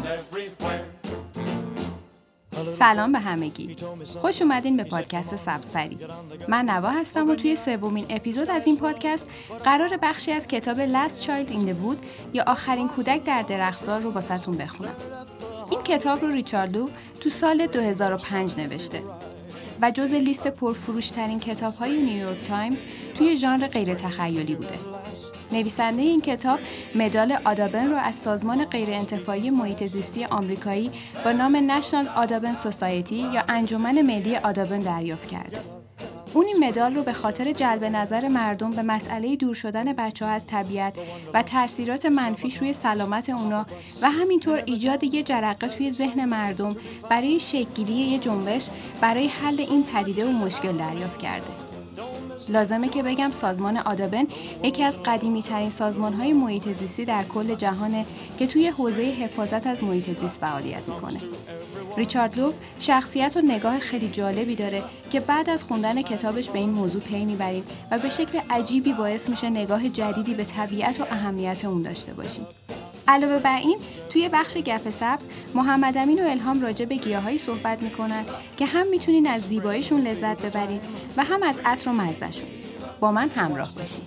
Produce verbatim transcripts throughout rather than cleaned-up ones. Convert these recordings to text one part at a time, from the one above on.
سلام به همگی. خوش اومدین به پادکست سبزپری. من نوا هستم و توی سومین اپیزود از این پادکست قرار بخشی از کتاب Last Child in the Wood یا آخرین کودک در درختزار رو واسهتون بخونم. این کتاب رو ریچارد لو تو سال دو هزار و پنج نوشته و جز لیست پرفروش‌ترین کتاب‌های نیویورک تایمز توی ژانر غیر تخیلی بوده. نویسنده این کتاب مدال آدابن رو از سازمان غیرانتفاعی محیط زیستی آمریکایی با نام نشنال آدابن سوسایتی یا انجمن ملی آدابن دریافت کرده. اون این مدال رو به خاطر جلب نظر مردم به مسئله دور شدن بچه‌ها از طبیعت و تأثیرات منفیش روی سلامت اونا و همینطور ایجاد یه جرقه توی ذهن مردم برای شکل‌گیری یه جنبش برای حل این پدیده و مشکل دریافت کرده. لازمه که بگم سازمان آدابن یکی از قدیمی‌ترین سازمان‌های محیط زیستی در کل جهانه که توی حوزه حفاظت از محیط زیست فعالیت می‌کنه. ریچارد لو شخصیت و نگاه خیلی جالبی داره که بعد از خوندن کتابش به این موضوع پی میبرید و به شکل عجیبی باعث میشه نگاه جدیدی به طبیعت و اهمیت اون داشته باشید. علاوه بر این، توی بخش گپ سبز محمد امین و الهام راجع به گیاهایی صحبت میکنن که هم میتونین از زیباییشون لذت ببرید و هم از عطر و مزه‌شون. با من همراه باشید.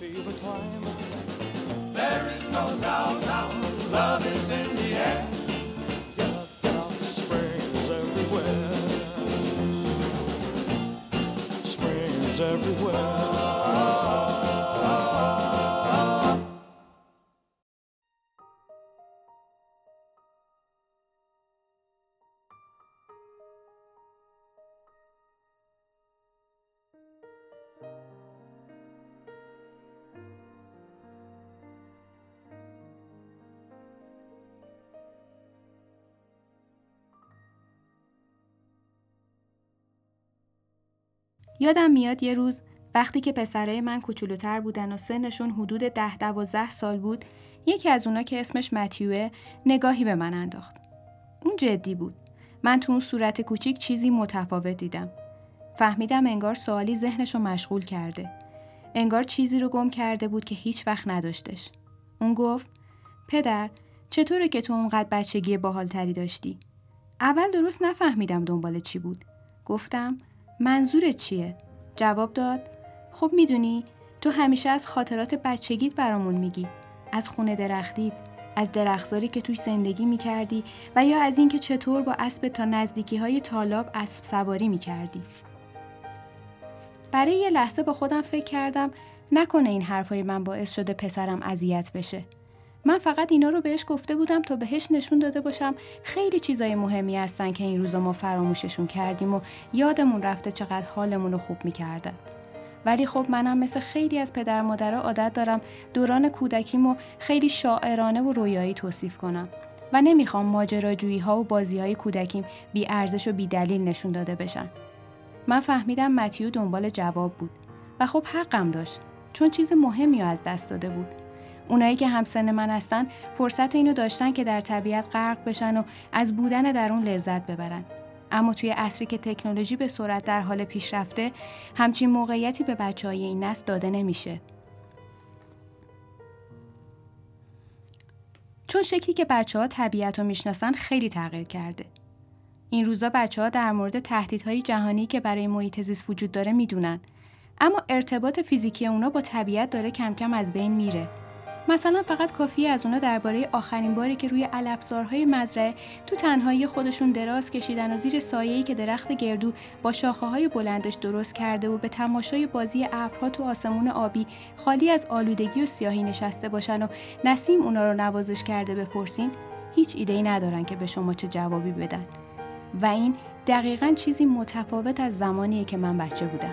یادم میاد یه روز وقتی که پسرای من کوچولوتر بودن و سنشون حدود ده دوازده سال بود، یکی از اونا که اسمش متیوه نگاهی به من انداخت. اون جدی بود. من تو اون صورت کوچیک چیزی متفاوت دیدم. فهمیدم انگار سوالی ذهنشو مشغول کرده. انگار چیزی رو گم کرده بود که هیچ وقت نداشتش. اون گفت: پدر، چطوره که تو اونقدر بچگی باحالتری داشتی؟ اول درست نفهمیدم دنبال چی بود. گفتم: منظورت چیه؟ جواب داد: خب میدونی تو همیشه از خاطرات بچگیت برامون میگی، از خونه درختیت، از درختزاری که توش زندگی میکردی و یا از این که چطور با اسب تا نزدیکی های تالاب اسب سواری میکردی. برای یه لحظه با خودم فکر کردم نکنه این حرفای من باعث شده پسرم اذیت بشه. من فقط اینا رو بهش گفته بودم تا بهش نشون داده باشم خیلی چیزای مهمی هستن که این روزا ما فراموششون کردیم و یادمون رفته چقدر حالمون رو خوب میکردن. ولی خب منم مثل خیلی از پدر مادرها عادت دارم دوران کودکیمو خیلی شاعرانه و رویایی توصیف کنم و نمیخوام ماجراجویی ها و بازی های کودکیم بی ارزش و بی دلیل نشون داده بشن. من فهمیدم متیو دنبال جواب بود و خب حقم داشت، چون چیز مهمی رو از دست داده بود. اونایی که همسن من هستن فرصت اینو داشتن که در طبیعت غرق بشن و از بودن در اون لذت ببرن. اما توی عصری که تکنولوژی به سرعت در حال پیشرفته، همچین موقعیتی به بچه‌های این نسل داده نمیشه. چون شکلی که بچه‌ها طبیعت رو میشناسن خیلی تغییر کرده. این روزا بچه‌ها در مورد تهدیدهای جهانی که برای محیط زیست وجود داره میدونن، اما ارتباط فیزیکی اونا با طبیعت داره کم کم از بین میره. مثلا فقط کافیه از اونا درباره آخرین باری که روی علفزارهای مزرعه تو تنهایی خودشون دراز کشیدن و زیر سایه‌ای که درخت گردو با شاخه‌های بلندش درست کرده و به تماشای بازی ابرها تو آسمون آبی خالی از آلودگی و سیاهی نشسته باشن و نسیم اونا رو نوازش کرده بپرسین، هیچ ایده‌ای ندارن که به شما چه جوابی بدن. و این دقیقاً چیزی متفاوت از زمانیه که من بچه بودم.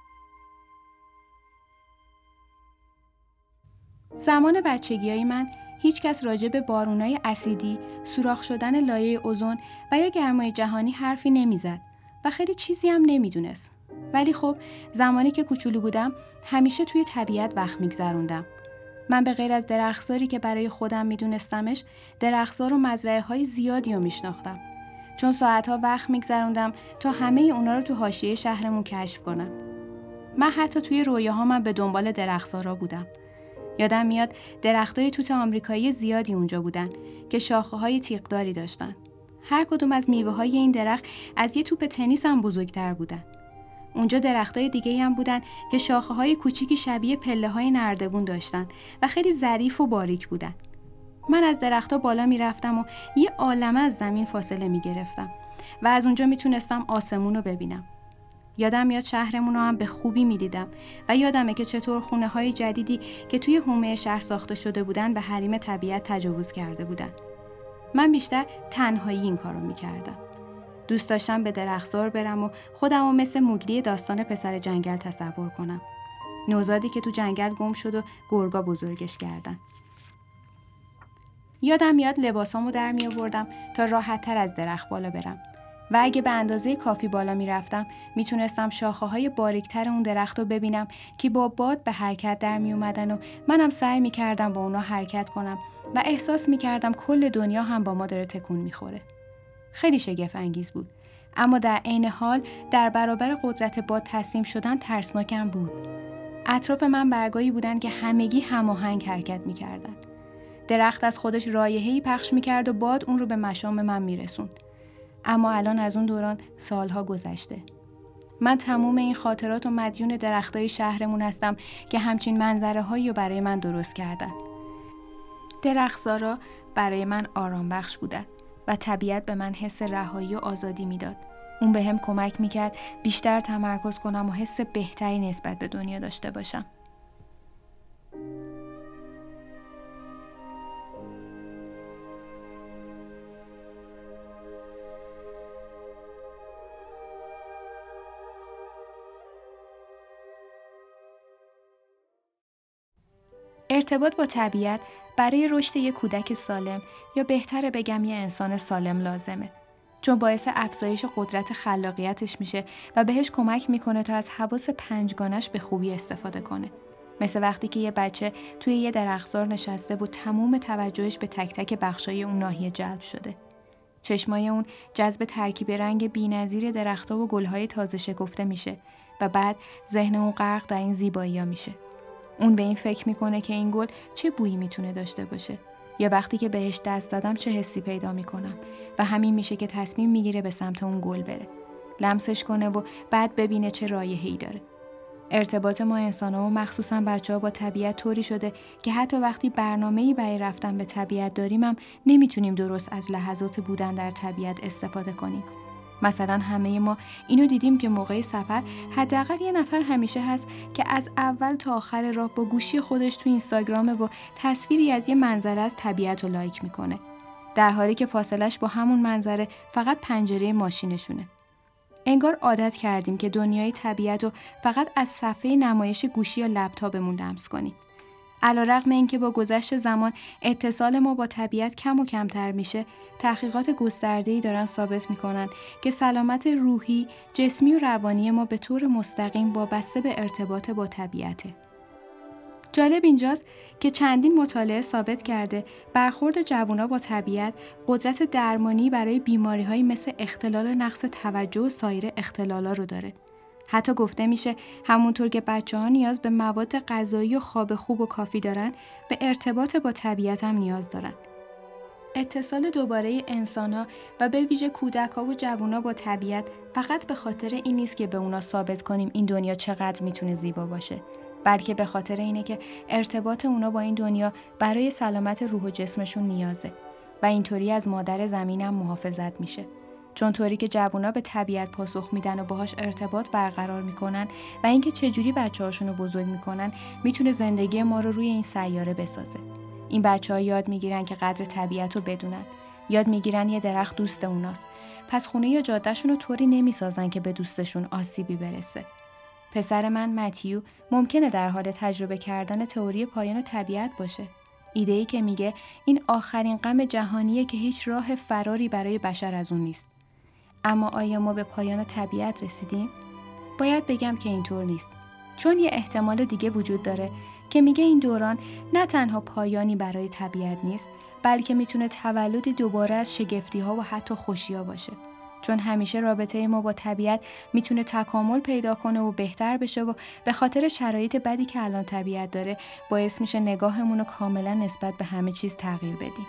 زمان بچگیای من هیچ کس راجع به بارونای اسیدی، سوراخ شدن لایه اوزون و یا گرمای جهانی حرفی نمیزد و خیلی چیزی هم نمیدونست. ولی خب زمانی که کوچولو بودم همیشه توی طبیعت وقت میگذروندم. من به غیر از درختزاری که برای خودم میدونستمش، درختزار و مزرعه‌های زیادی رو میشناختم. چون ساعتها وقت میگذروندم تا همه اونا رو تو حاشیه شهرمون کشف کنم. من حتی توی رویاهام به دنبال درختزارا بودم. یادم میاد درختای توت آمریکایی زیادی اونجا بودن که شاخه‌های تیغداری داشتن. هر کدوم از میوه‌های این درخت از یه توپ تنیس هم بزرگتر بودن. اونجا درختای دیگه‌ای هم بودن که شاخه‌های کوچیکی شبیه پله‌های نردبون داشتن و خیلی ظریف و باریک بودن. من از درخت‌ها بالا میرفتم و یه عالمه از زمین فاصله میگرفتم و از اونجا میتونستم آسمون رو ببینم. یادم میاد شهرمون رو هم به خوبی میدیدم و یادمه که چطور خونه‌های جدیدی که توی حومه شهر ساخته شده بودن به حریم طبیعت تجاوز کرده بودن. من بیشتر تنهایی این کارو میکردم. دوست داشتم به درختزار برم و خودم رو مثل موگلی داستان پسر جنگل تصور کنم. نوزادی که تو جنگل گم شد و گرگا بزرگش کردن. یادم میاد لباسامو در می آوردم تا راحت تر از درخت بالا برم و اگه به اندازه کافی بالا می رفتم می تونستم شاخه های باریکتر اون درخت رو ببینم که با باد به حرکت در می اومدن و منم سعی می کردم با اونا حرکت کنم و احساس می کردم کل دنیا هم با ما داره تکون می خوره. خیلی شگفت انگیز بود، اما در عین حال در برابر قدرت باد تسلیم شدن ترسناکم بود. اطراف من برگایی بودن که همگی هماهنگ حرکت می کردن. درخت از خودش رایحه‌ای پخش می‌کرد و باد اون رو به مشام من می‌رسوند. اما الان از اون دوران سالها گذشته. من تموم این خاطرات و مدیون درختای شهرمون هستم که همچین منظره‌هایی رو برای من درست کردن. درختزارا برای من آرام بخش بودن و طبیعت به من حس رهایی و آزادی میداد. اون بهم کمک می‌کرد بیشتر تمرکز کنم و حس بهتری نسبت به دنیا داشته باشم. ارتباط با طبیعت برای رشد یک کودک سالم یا بهتره بگم یه انسان سالم لازمه، چون باعث افزایش قدرت خلاقیتش میشه و بهش کمک میکنه تا از حواس پنجگانش به خوبی استفاده کنه. مثل وقتی که یه بچه توی یه درختزار نشسته و تموم توجهش به تک تک بخشای اون ناحیه جلب شده. چشمای اون جذب ترکیب رنگ بی‌نظیر درخت‌ها و گل‌های تازه شکفته میشه و بعد ذهن اون غرق در این زیبایی‌ها میشه. اون به این فکر میکنه که این گل چه بویی میتونه داشته باشه یا وقتی که بهش دست زدم چه حسی پیدا میکنم و همین میشه که تصمیم میگیره به سمت اون گل بره، لمسش کنه و بعد ببینه چه رایحه‌ای داره. ارتباط ما انسان‌ها و مخصوصا بچه‌ها با طبیعت طوری شده که حتی وقتی برنامه‌ای برای رفتن به طبیعت داریم هم نمیتونیم درست از لحظات بودن در طبیعت استفاده کنیم. مثلا همه ما اینو دیدیم که موقع سفر حداقل یه نفر همیشه هست که از اول تا آخر راه با گوشی خودش تو اینستاگرامه و تصویری از یه منظره از طبیعت رو لایک میکنه، در حالی که فاصلش با همون منظره فقط پنجره ماشینشونه. انگار عادت کردیم که دنیای طبیعت رو فقط از صفحه نمایش گوشی یا لپتاپمون لمس کنیم. علیرغم اینکه با گذشت زمان اتصال ما با طبیعت کم و کمتر میشه، تحقیقات گسترده‌ای دارن ثابت میکنن که سلامت روحی، جسمی و روانی ما به طور مستقیم وابسته به ارتباط با طبیعته. جالب اینجاست که چندین مطالعه ثابت کرده برخورد جوونا با طبیعت قدرت درمانی برای بیماری‌هایی مثل اختلال نقص توجه و سایر اختلالا رو داره. حتی گفته میشه همونطور که بچه‌ها نیاز به مواد غذایی و خواب خوب و کافی دارن، به ارتباط با طبیعت هم نیاز دارن. اتصال دوباره انسان‌ها و به ویژه کودک‌ها و جوونا با طبیعت فقط به خاطر این نیست که به اونا ثابت کنیم این دنیا چقدر میتونه زیبا باشه، بلکه به خاطر اینه که ارتباط اونا با این دنیا برای سلامت روح و جسمشون نیازه و اینطوری از مادر زمین هم محافظت میشه. چون طوری که جوونا به طبیعت پاسخ میدن و باهاش ارتباط برقرار میکنن و اینکه چجوری بچه‌هاشون رو بزرگ میکنن میتونه زندگی ما رو روی این سیاره بسازه. این بچه‌ها یاد میگیرن که قدر طبیعت رو بدونن. یاد میگیرن یه درخت دوست اوناست. پس خونه یا جاده‌شون رو طوری نمیسازن که به دوستشون آسیبی برسه. پسر من متیو ممکنه در حال تجربه کردن تئوری پایان طبیعت باشه. ایده‌ای که میگه این آخرین غم جهانیه که هیچ راه فراری برای بشر از اون نیست. اما آیا ما به پایان طبیعت رسیدیم؟ باید بگم که اینطور نیست. چون یه احتمال دیگه وجود داره که میگه این دوران نه تنها پایانی برای طبیعت نیست، بلکه میتونه تولدی دوباره از شگفتی‌ها و حتی خوشی‌ها باشه. چون همیشه رابطه ما با طبیعت میتونه تکامل پیدا کنه و بهتر بشه و به خاطر شرایط بدی که الان طبیعت داره باعث میشه نگاهمون رو کاملا نسبت به همه چیز تغییر بدیم.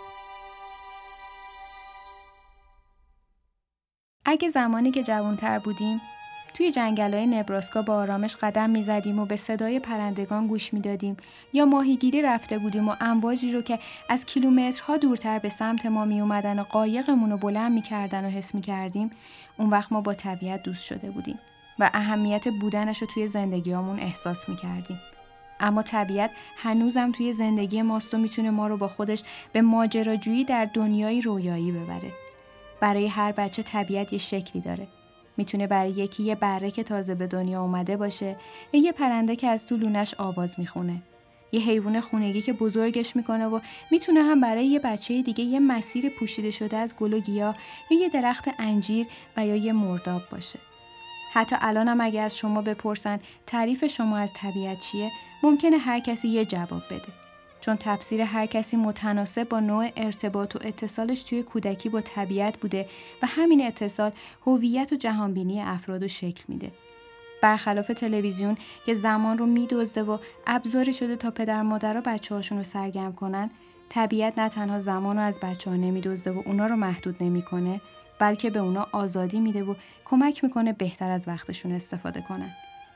اگه زمانی که جوان‌تر بودیم توی جنگل‌های نبراسکا با آرامش قدم می‌زدیم و به صدای پرندگان گوش می‌دادیم یا ماهیگیری رفته بودیم و امواجی رو که از کیلومترها دورتر به سمت ما می‌اومدن و قایقمون رو بلند می‌کردن و حس می‌کردیم، اون وقت ما با طبیعت دوست شده بودیم و اهمیت بودنش رو توی زندگیامون احساس می‌کردیم. اما طبیعت هنوزم توی زندگی ماست و می‌تونه ما رو با خودش به ماجراجویی در دنیای رویایی ببره. برای هر بچه طبیعت یه شکلی داره. میتونه برای یکی یه بره که تازه به دنیا اومده باشه یا یه پرنده که از تو لونش آواز میخونه. یه حیوان خونگی که بزرگش میکنه و میتونه هم برای یه بچه دیگه یه مسیر پوشیده شده از گل و گیاه یا یه درخت انجیر و یا یه مرداب باشه. حتی الان هم اگه از شما بپرسن تعریف شما از طبیعت چیه، ممکنه هر کسی یه جواب بده. چون تفسیر هر کسی متناسب با نوع ارتباط و اتصالش توی کودکی با طبیعت بوده و همین اتصال هویت و جهانبینی افراد رو شکل میده. برخلاف تلویزیون که زمان رو میدزده و ابزاری شده تا پدر مادرها بچه‌هاشون رو سرگرم کنن، طبیعت نه تنها زمان رو از بچه‌ها نمیدزده و اونا رو محدود نمیکنه، بلکه به اونا آزادی میده و کمک میکنه بهتر از وقتشون استفاده کنن.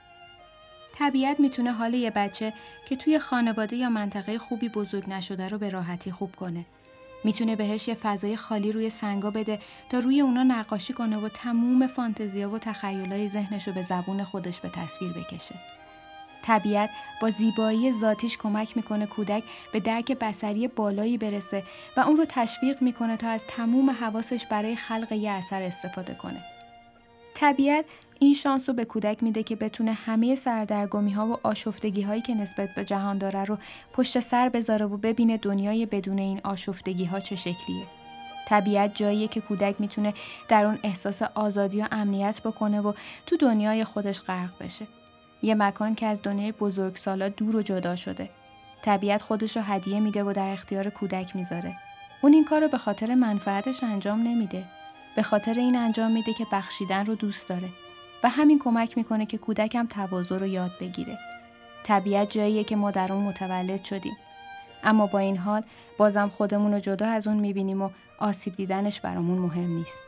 طبیعت میتونه حال یه بچه که توی خانواده یا منطقه خوبی بزرگ نشده رو به راحتی خوب کنه. میتونه بهش یه فضای خالی روی سنگا بده تا روی اونا نقاشی کنه و تموم فانتزیا و تخیلای ذهنش رو به زبون خودش به تصویر بکشه. طبیعت با زیبایی ذاتیش کمک میکنه کودک به درک بصری بالایی برسه و اون رو تشویق میکنه تا از تموم حواسش برای خلق یه اثر استفاده کنه. طبیعت این شانس رو به کودک میده که بتونه همه سردرگمی‌ها و آشفتگی‌هایی که نسبت به جهان داره رو پشت سر بذاره و ببینه دنیای بدون این آشفتگی‌ها چه شکلیه. طبیعت جاییه که کودک میتونه در اون احساس آزادی و امنیت بکنه و تو دنیای خودش غرق بشه. یه مکان که از دنیای بزرگسالا دور و جدا شده. طبیعت خودش رو هدیه میده و در اختیار کودک میذاره. اون این کار رو به خاطر منفعتش انجام نمیده. به خاطر این انجام میده که بخشیدن رو دوست داره و همین کمک میکنه که کودکم تواضع رو یاد بگیره. طبیعت جاییه که ما در اون متولد شدیم. اما با این حال بازم خودمون رو جدا از اون میبینیم و آسیب دیدنش برامون مهم نیست.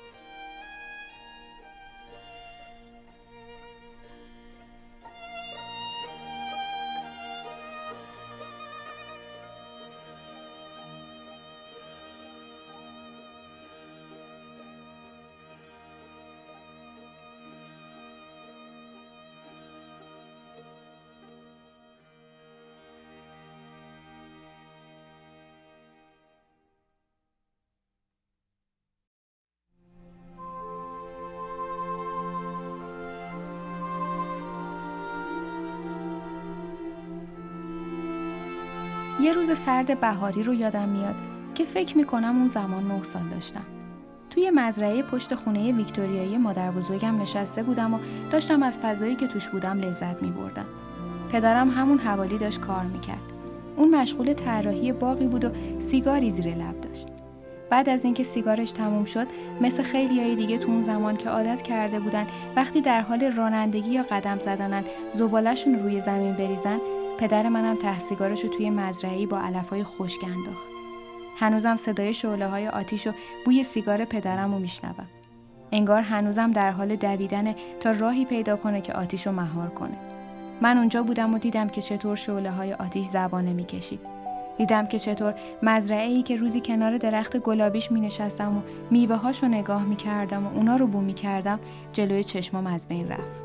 یه روز سرد بهاری رو یادم میاد که فکر میکنم اون زمان نه سال داشتم. توی مزرعه پشت خونه ویکتوریایی مادر بزرگم نشسته بودم و داشتم از فضایی که توش بودم لذت میبردم. پدرم همون حوالی داشت کار میکرد. اون مشغول طراحی باغی بود و سیگاری زیر لب داشت. بعد از اینکه سیگارش تموم شد، مثل خیلیای دیگه تو اون زمان که عادت کرده بودن وقتی در حال رانندگی یا قدم زدنن زباله‌شون روی زمین بریزن، پدر منم ته سیگارشو توی مزرعه‌ای با علف‌های خشک انداخت. هنوزم صدای شعله‌های آتیش و بوی سیگار پدرمو میشنوم. انگار هنوزم در حال دویدنه تا راهی پیدا کنه که آتیشو مهار کنه. من اونجا بودم و دیدم که چطور شعله‌های آتیش زبانه میکشید. دیدم که چطور مزرعه‌ای که روزی کنار درخت گلابیش می‌نشستم و میوه‌هاشو نگاه می‌کردم و اونا رو بو می‌کردم، جلوی چشمام از بین رفت.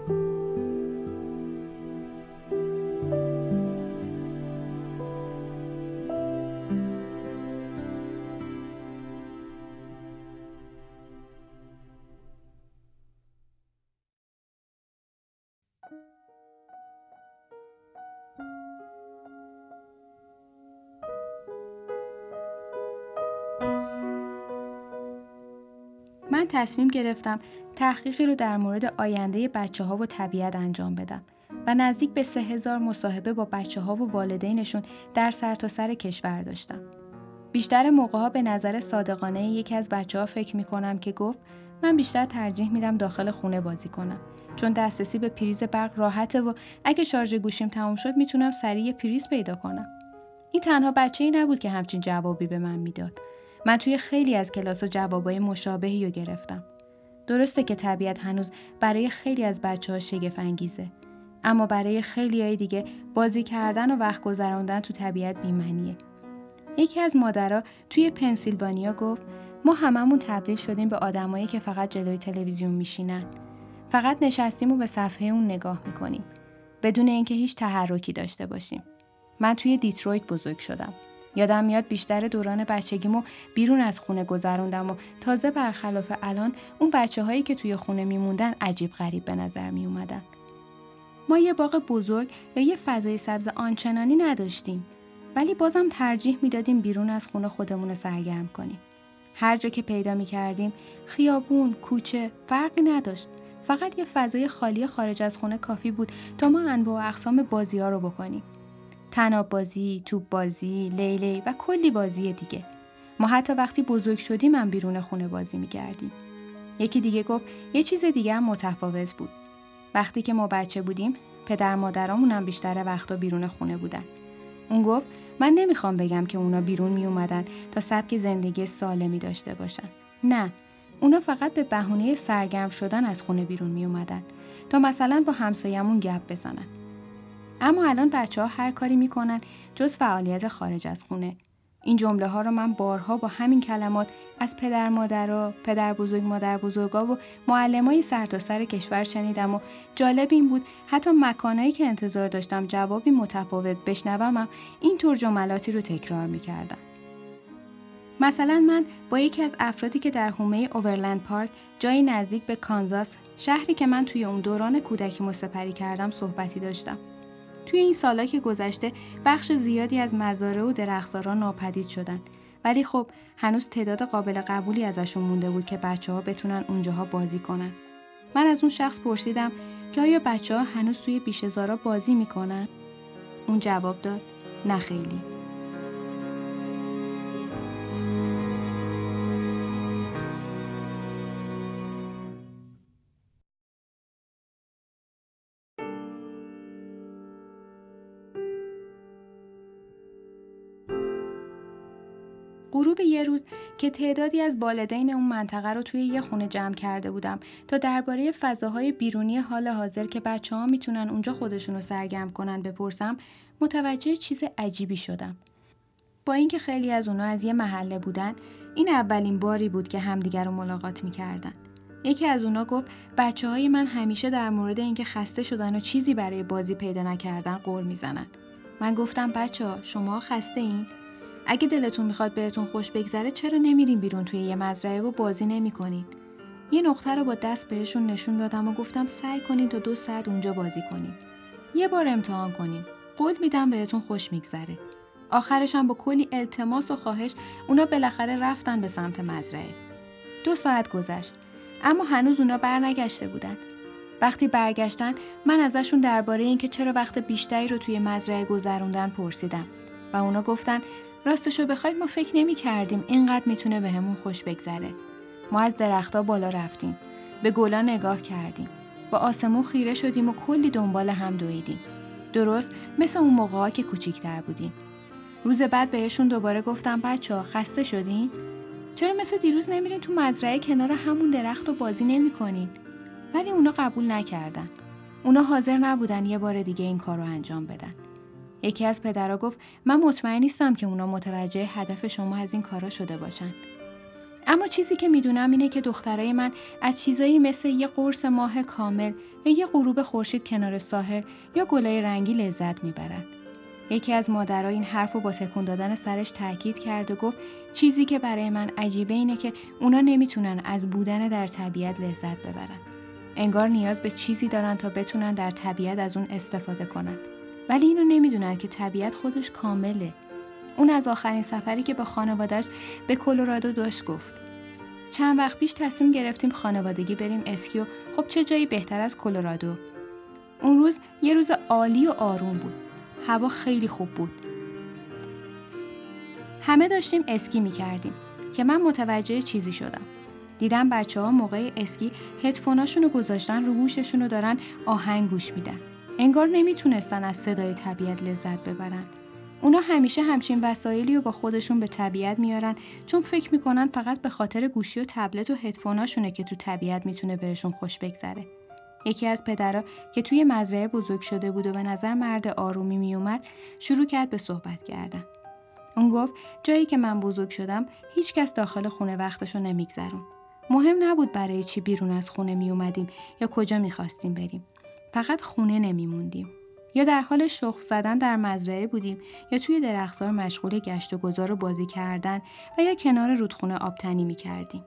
من تصمیم گرفتم تحقیقی رو در مورد آینده بچه‌ها و طبیعت انجام بدم و نزدیک به سه هزار مصاحبه با بچه‌ها و والدینشون در سرتاسر کشور داشتم. بیشتر موقع‌ها به نظر صادقانه یکی از بچه‌ها فکر می‌کنم که گفت من بیشتر ترجیح میدم داخل خونه بازی کنم، چون دسترسی به پریز برق راحته و اگه شارژ گوشیم تموم شد میتونم سریع پریز پیدا کنم. این تنها بچه‌ای نبود که همچین جوابی به من میداد. من توی خیلی از کلاس‌ها جوابای مشابهی رو گرفتم. درسته که طبیعت هنوز برای خیلی از بچه‌ها شگفت انگیزه، اما برای خیلیای دیگه بازی کردن و وقت گذروندن تو طبیعت بی‌معنیه. یکی از مادرها توی پنسیلوانیا گفت ما هممون تبدیل شدیم به آدمایی که فقط جلوی تلویزیون میشینن. فقط نشستیم و به صفحه اون نگاه میکنیم بدون اینکه هیچ تحرکی داشته باشیم. من توی دیترویت بزرگ شدم. یادم میاد بیشتر دوران بچگیمو بیرون از خونه گذروندم و تازه برخلاف الان اون بچه‌هایی که توی خونه میموندن عجیب غریب به نظر می اومدن. ما یه باغ بزرگ یا یه فضای سبز آنچنانی نداشتیم، ولی بازم ترجیح میدادیم بیرون از خونه خودمون رو سرگرم کنیم. هر جا که پیدا می‌کردیم، خیابون، کوچه، فرقی نداشت. فقط یه فضای خالی خارج از خونه کافی بود تا ما انواع و اقسام بازی‌ها رو بکنیم. طناب بازی، توپ بازی، لیلی و کلی بازی دیگه. ما حتی وقتی بزرگ شدیم هم بیرون خونه بازی می‌کردیم. یکی دیگه گفت یه چیز دیگه هم متفاوت بود. وقتی که ما بچه بودیم، پدر مادرامون هم بیشتر وقتا بیرون خونه بودن. اون گفت من نمیخوام بگم که اونا بیرون می اومدن تا سبک زندگی سالمی داشته باشن. نه، اونا فقط به بهونه سرگرم شدن از خونه بیرون می اومدن تا مثلا با همسایه‌مون گپ بزنن. اما الان بچه‌ها هر کاری میکنن جز فعالیت خارج از خونه. این جمله ها رو من بارها با همین کلمات از پدر مادرها، پدر بزرگ مادر بزرگا و معلمای سرتاسر کشور شنیدم و جالب این بود حتی مکانایی که انتظار داشتم جوابی متفاوت بشنوم این طور جملاتی رو تکرار میکردم. مثلا من با یکی از افرادی که در حومه اوورلند پارک جایی نزدیک به کانزاس، شهری که من توی اون دوران کودکی سپری کردم، صحبتی داشتم. توی این سالا که گذشته بخش زیادی از مزارع و درختزارا ناپدید شدن، ولی خب هنوز تعداد قابل قبولی ازشون مونده بود که بچه‌ها بتونن اونجاها بازی کنن. من از اون شخص پرسیدم که آیا بچه‌ها هنوز توی بیشه‌زارا بازی میکنن؟ اون جواب داد نه خیلی. غروب یه روز که تعدادی از والدین اون منطقه رو توی یه خونه جمع کرده بودم تا درباره فضاهای بیرونی حال حاضر که بچه‌ها میتونن اونجا خودشونو سرگرم کنن بپرسم، متوجه چیز عجیبی شدم. با اینکه خیلی از اونا از یه محله بودن، این اولین باری بود که همدیگر رو ملاقات میکردن. یکی از اونا گفت بچه‌های من همیشه در مورد اینکه خسته شدن و چیزی برای بازی پیدا نکردن غر میزنن. من گفتم بچه‌ها شما خسته این؟ اگه دلتون میخواد بهتون خوش بگذره چرا نمیرین بیرون توی یه مزرعه و بازی نمی‌کنین؟ یه نقطه رو با دست بهشون نشون دادم و گفتم سعی کنین تا دو ساعت اونجا بازی کنین. یه بار امتحان کنین. قول میدم بهتون خوش میگذره. آخرش هم با کلی التماس و خواهش اونا بالاخره رفتن به سمت مزرعه. دو ساعت گذشت، اما هنوز اونا برنگشته بودن. وقتی برگشتن من ازشون درباره اینکه چرا وقت بیشتری رو توی مزرعه گذروندن پرسیدم و اونا گفتن راستشو بخواید ما فکر نمی کردیم اینقدر میتونه بهمون خوش بگذره. ما از درخت‌ها بالا رفتیم، به گلا نگاه کردیم، با آسمون خیره شدیم و کلی دنبال هم دویدیم. درست مثل اون موقعا که کوچیک‌تر بودیم. روز بعد بهشون دوباره گفتم بچه‌ها خسته شدین؟ چرا مثل دیروز نمیرین تو مزرعه کنار همون درخت و بازی نمی‌کنین؟ ولی اونا قبول نکردن. اونا حاضر نبودن یه بار دیگه این کارو انجام بدن. یکی از پدرها گفت من مطمئن نیستم که اونا متوجه هدف شما از این کارا شده باشن. اما چیزی که میدونم اینه که دخترای من از چیزایی مثل یه قرص ماه کامل یا یه غروب خورشید کنار ساحل یا گلای رنگی لذت میبرن. یکی از مادرها این حرفو با تکون دادن سرش تاکید کرد و گفت چیزی که برای من عجیبه اینه که اونا نمیتونن از بودن در طبیعت لذت ببرن. انگار نیاز به چیزی دارن تا بتونن در طبیعت از اون استفاده کنن. ولی اینو نمیدونن که طبیعت خودش کامله. اون از آخرین سفری که با خانواده‌اش به کلرادو داشت گفت. چند وقت پیش تصمیم گرفتیم خانوادگی بریم اسکی و خب چه جایی بهتر از کلرادو. اون روز یه روز عالی و آروم بود. هوا خیلی خوب بود. همه داشتیم اسکی می‌کردیم که من متوجه چیزی شدم. دیدم بچه‌ها موقع اسکی هدفوناشونو گذاشتن رو گوششون و دارن آهنگ گوش میدن. انگار نمیتونستن از صدای طبیعت لذت ببرن. اونا همیشه همچین وسایلی رو با خودشون به طبیعت میارن چون فکر میکنن فقط به خاطر گوشی و تبلت و هدفوناشونه که تو طبیعت میتونه بهشون خوش بگذره. یکی از پدرها که توی مزرعه بزرگ شده بود و به نظر مرد آرومی میومد شروع کرد به صحبت کردن. اون گفت جایی که من بزرگ شدم هیچ کس داخل خونه وقتشو نمیگذرون. مهم نبود برای چی بیرون از خونه میومدیم یا کجا میخواستیم بریم. فقط خونه نمیموندیم. یا در حال شخم زدن در مزرعه بودیم یا توی درختزار مشغول گشت و گذار و بازی کردن و یا کنار رودخونه آبتنی میکردیم.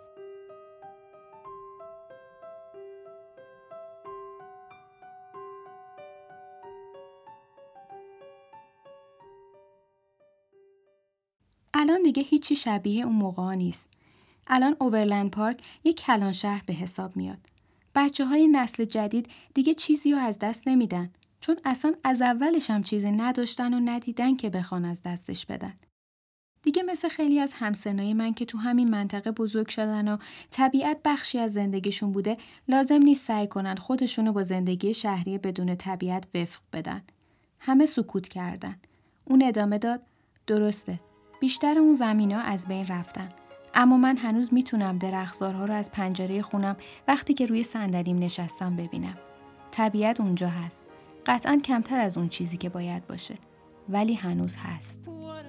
الان دیگه هیچی شبیه اون موقعا نیست. الان اوورلند پارک یک کلان شهر به حساب میاد. بچه‌های نسل جدید دیگه چیزی رو از دست نمیدن چون اصلا از اولش هم چیزی نداشتن و ندیدن که بخوان از دستش بدن. دیگه مثل خیلی از همسنای من که تو همین منطقه بزرگ شدن و طبیعت بخشی از زندگیشون بوده لازم نیست سعی کنن خودشونو با زندگی شهری بدون طبیعت وفق بدن. همه سکوت کردن. اون ادامه داد درسته. بیشتر اون زمینا از بین رفتن. اما من هنوز میتونم درختزارها رو از پنجره خونم وقتی که روی صندلیم نشستم ببینم. طبیعت اونجا هست. قطعاً کمتر از اون چیزی که باید باشه. ولی هنوز هست.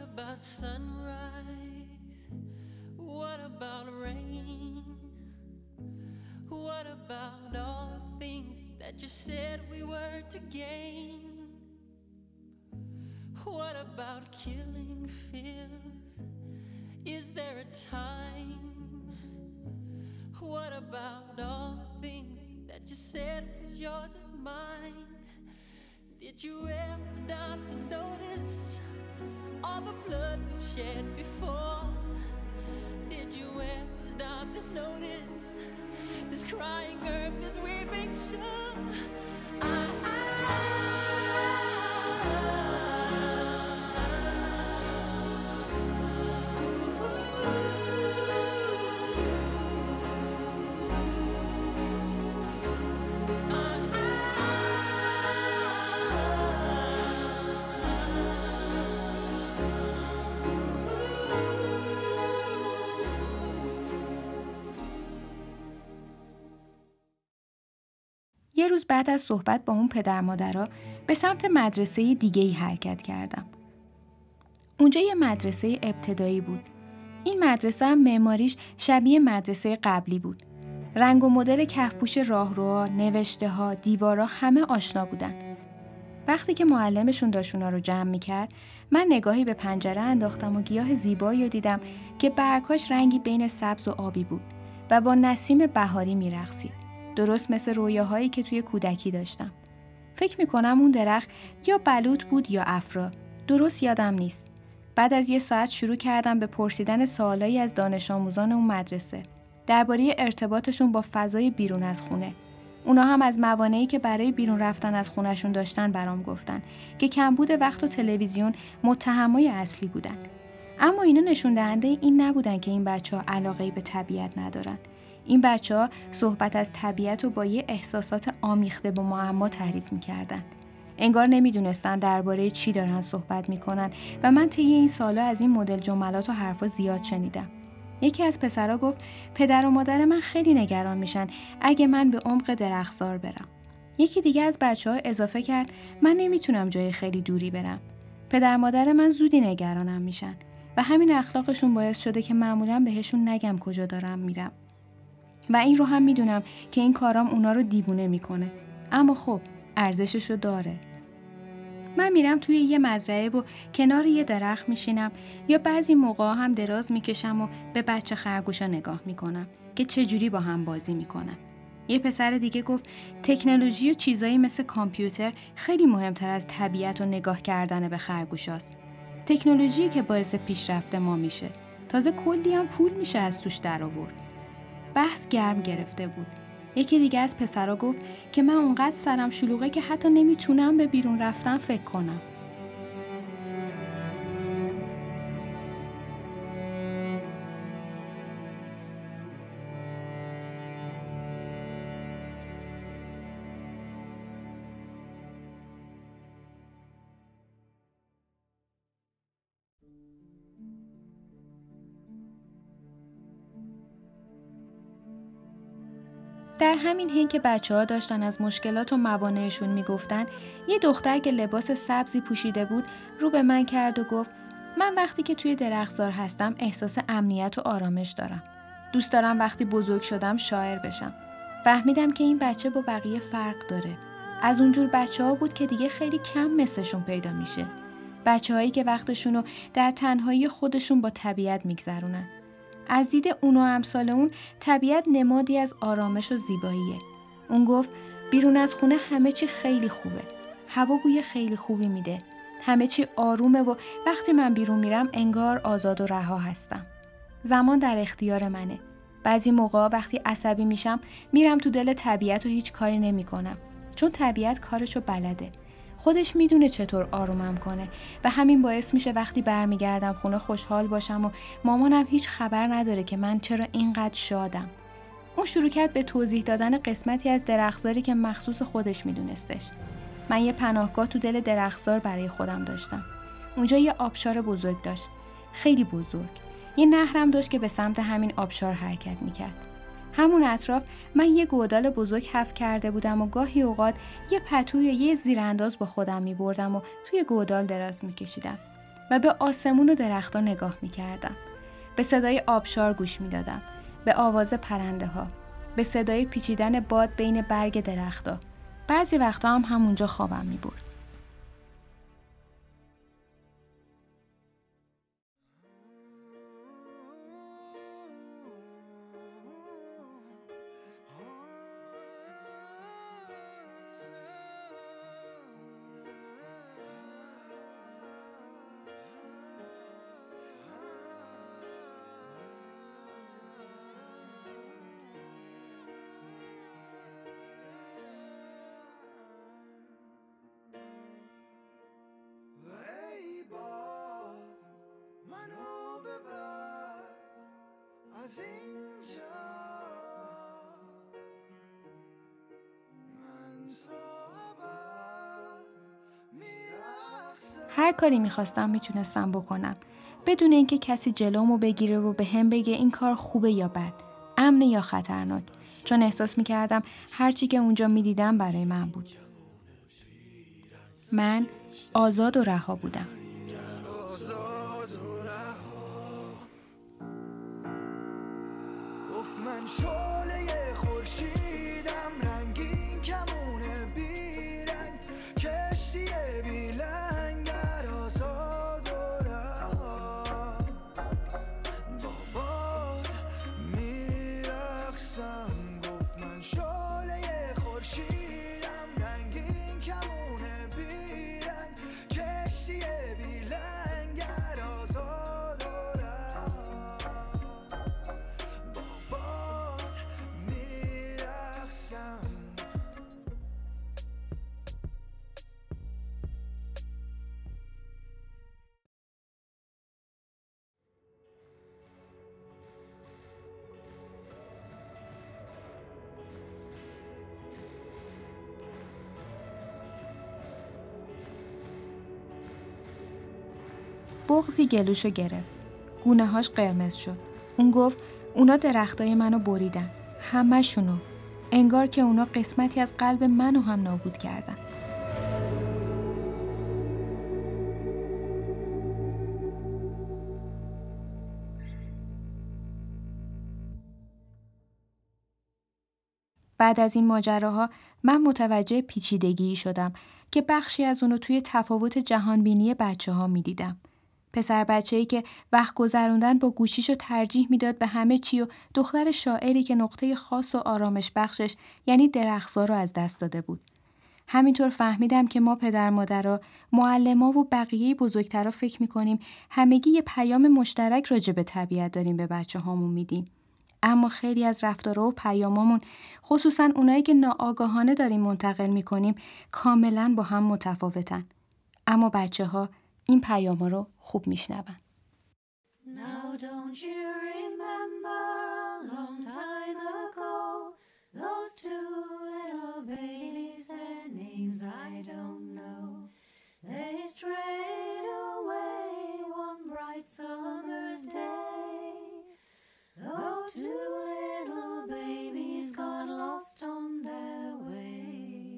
What about killing fears? Is there a time? What about all the things that you said was yours and mine? Did you ever stop to notice all the blood we've shed before? Did you ever stop to notice this crying earth, this weeping shore? I, I یه روز بعد از صحبت با اون پدر مادرها به سمت مدرسه دیگه‌ای حرکت کردم. اونجا یه مدرسه ابتدایی بود. این مدرسه هم معماریش شبیه مدرسه قبلی بود. رنگ و مدل کهپوش راهروها، نوشته‌ها، دیوارا همه آشنا بودن. وقتی که معلمشون داشت اونا رو جمع می‌کرد، من نگاهی به پنجره انداختم و گیاه زیبایی رو دیدم که برگاش رنگی بین سبز و آبی بود و با نسیم بهاری می‌رقصید. درست مثل رویاهایی که توی کودکی داشتم. فکر میکنم اون درخت یا بلوط بود یا افرا. درست یادم نیست. بعد از یه ساعت شروع کردم به پرسیدن سوالایی از دانش آموزان اون مدرسه. درباره ارتباطشون با فضای بیرون از خونه. اونا هم از موانعی که برای بیرون رفتن از خونهشون داشتن برام گفتن که کمبود وقت و تلویزیون متهمای اصلی بودن. اما اینا نشون دهنده این نبودن که این بچه‌ها علاقه‌ای به طبیعت ندارن. این بچه‌ها صحبت از طبیعت رو با یه احساسات آمیخته با معما تعریف می‌کردن. انگار نمی‌دونستن درباره چی دارن صحبت می‌کنن و من طی این سالا از این مدل جملات و حرفا زیاد شنیدم. یکی از پسرا گفت پدر و مادر من خیلی نگران میشن اگه من به عمق درختزار برم. یکی دیگه از بچه‌ها اضافه کرد من نمیتونم جای خیلی دوری برم. پدر مادر من زودی نگرانم میشن و همین اخلاقشون باعث شده که معمولاً بهشون نگم کجا دارم میرم. و این رو هم میدونم که این کارام اونا رو دیوونه میکنه. اما خب ارزششو داره. من میرم توی یه مزرعه و کنار یه درخت میشینم یا بعضی موقع هم دراز میکشم و به بچه خرگوشا نگاه میکنم که چجوری با هم بازی میکنن. یه پسر دیگه گفت تکنولوژی و چیزایی مثل کامپیوتر خیلی مهمتر از طبیعت و نگاه کردن به خرگوشاست. تکنولوژی که باعث پیشرفت ما میشه. تازه کلی هم پول میشه از توش در آورد. بحث گرم گرفته بود. یکی دیگه از پسرا گفت که من اونقدر سرم شلوغه که حتی نمیتونم به بیرون رفتن فکر کنم. در همین حین که بچه‌ها داشتن از مشکلات و موانعشون میگفتن، یه دختر که لباس سبزی پوشیده بود رو به من کرد و گفت من وقتی که توی درختزار هستم احساس امنیت و آرامش دارم. دوست دارم وقتی بزرگ شدم شاعر بشم. فهمیدم که این بچه با بقیه فرق داره. از اونجور بچه‌ها بود که دیگه خیلی کم مثلشون پیدا میشه. بچه‌هایی که وقتشون رو در تنهایی خودشون با طبیعت میگذرونن. از دید اون و امثال اون طبیعت نمادی از آرامش و زیباییه. اون گفت بیرون از خونه همه چی خیلی خوبه. هوا بوی خیلی خوبی میده. همه چی آرومه و وقتی من بیرون میرم انگار آزاد و رها هستم. زمان در اختیار منه. بعضی موقعا وقتی عصبی میشم میرم تو دل طبیعت و هیچ کاری نمیکنم. چون طبیعت کارشو بلده. خودش میدونه چطور آرومم کنه و همین باعث میشه وقتی برمیگردم خونه خوشحال باشم و مامانم هیچ خبر نداره که من چرا اینقدر شادم. اون شروع کرد به توضیح دادن قسمتی از درختزاری که مخصوص خودش میدونستش. من یه پناهگاه تو دل درختزار برای خودم داشتم. اونجا یه آبشار بزرگ داشت. خیلی بزرگ. یه نهرم داشت که به سمت همین آبشار حرکت میکرد. همون اطراف من یه گودال بزرگ حفر کرده بودم و گاهی اوقات یه پتو یا یه زیرانداز با خودم می بردم و توی گودال دراز می کشیدم و به آسمون و درخت‌ها نگاه می کردم. به صدای آبشار گوش می دادم، به آواز پرنده ها، به صدای پیچیدن باد بین برگ درخت‌ها. بعضی وقتا هم همونجا خوابم می برد. هر کاری میخواستم میتونستم بکنم بدون اینکه کسی جلومو بگیره و به هم بگه این کار خوبه یا بد، امنه یا خطرناک، چون احساس میکردم هرچی که اونجا میدیدم برای من بود. من آزاد و رها بودم. من شعله خورشیدم، رنگین کمونه بیرنگ، کشتی بیلنگر آزاد و رها، با باد میرقصم. گفت من شعله خورشیدم، رنگین کمونه بیرنگ، کشتی بیلنگر آزاد و رها. بغضی گلوشو گرفت. گونه هاش قرمز شد. اون گفت اونا درختای منو بریدن. همه شونو. انگار که اونا قسمتی از قلب منو هم نابود کردن. بعد از این ماجراها من متوجه پیچیدگی شدم که بخشی از اونو توی تفاوت جهانبینی بچه ها می دیدم. پسر بچه‌ای که وقت گذروندن با گوشیشو ترجیح میداد به همه چی و دختر شاعری که نقطه خاص و آرامش بخشش یعنی درختزار رو از دست داده بود. همینطور فهمیدم که ما پدر مادرها، معلما و بقیه بزرگترها فکر میکنیم همگی یه پیام مشترک راجع به طبیعت داریم به بچه هامون میدیم. اما خیلی از رفتارها و پیامامون، خصوصا اونایی که ناآگاهانه داریم منتقل میکنیم، کاملا با هم متفاوتن. اما بچه ها این پیام‌ها رو خوب میشنون. Now don't you remember a long time ago, those two little babies, their names I don't know. They strayed away one bright summer's day. Those two little babies got lost on their way.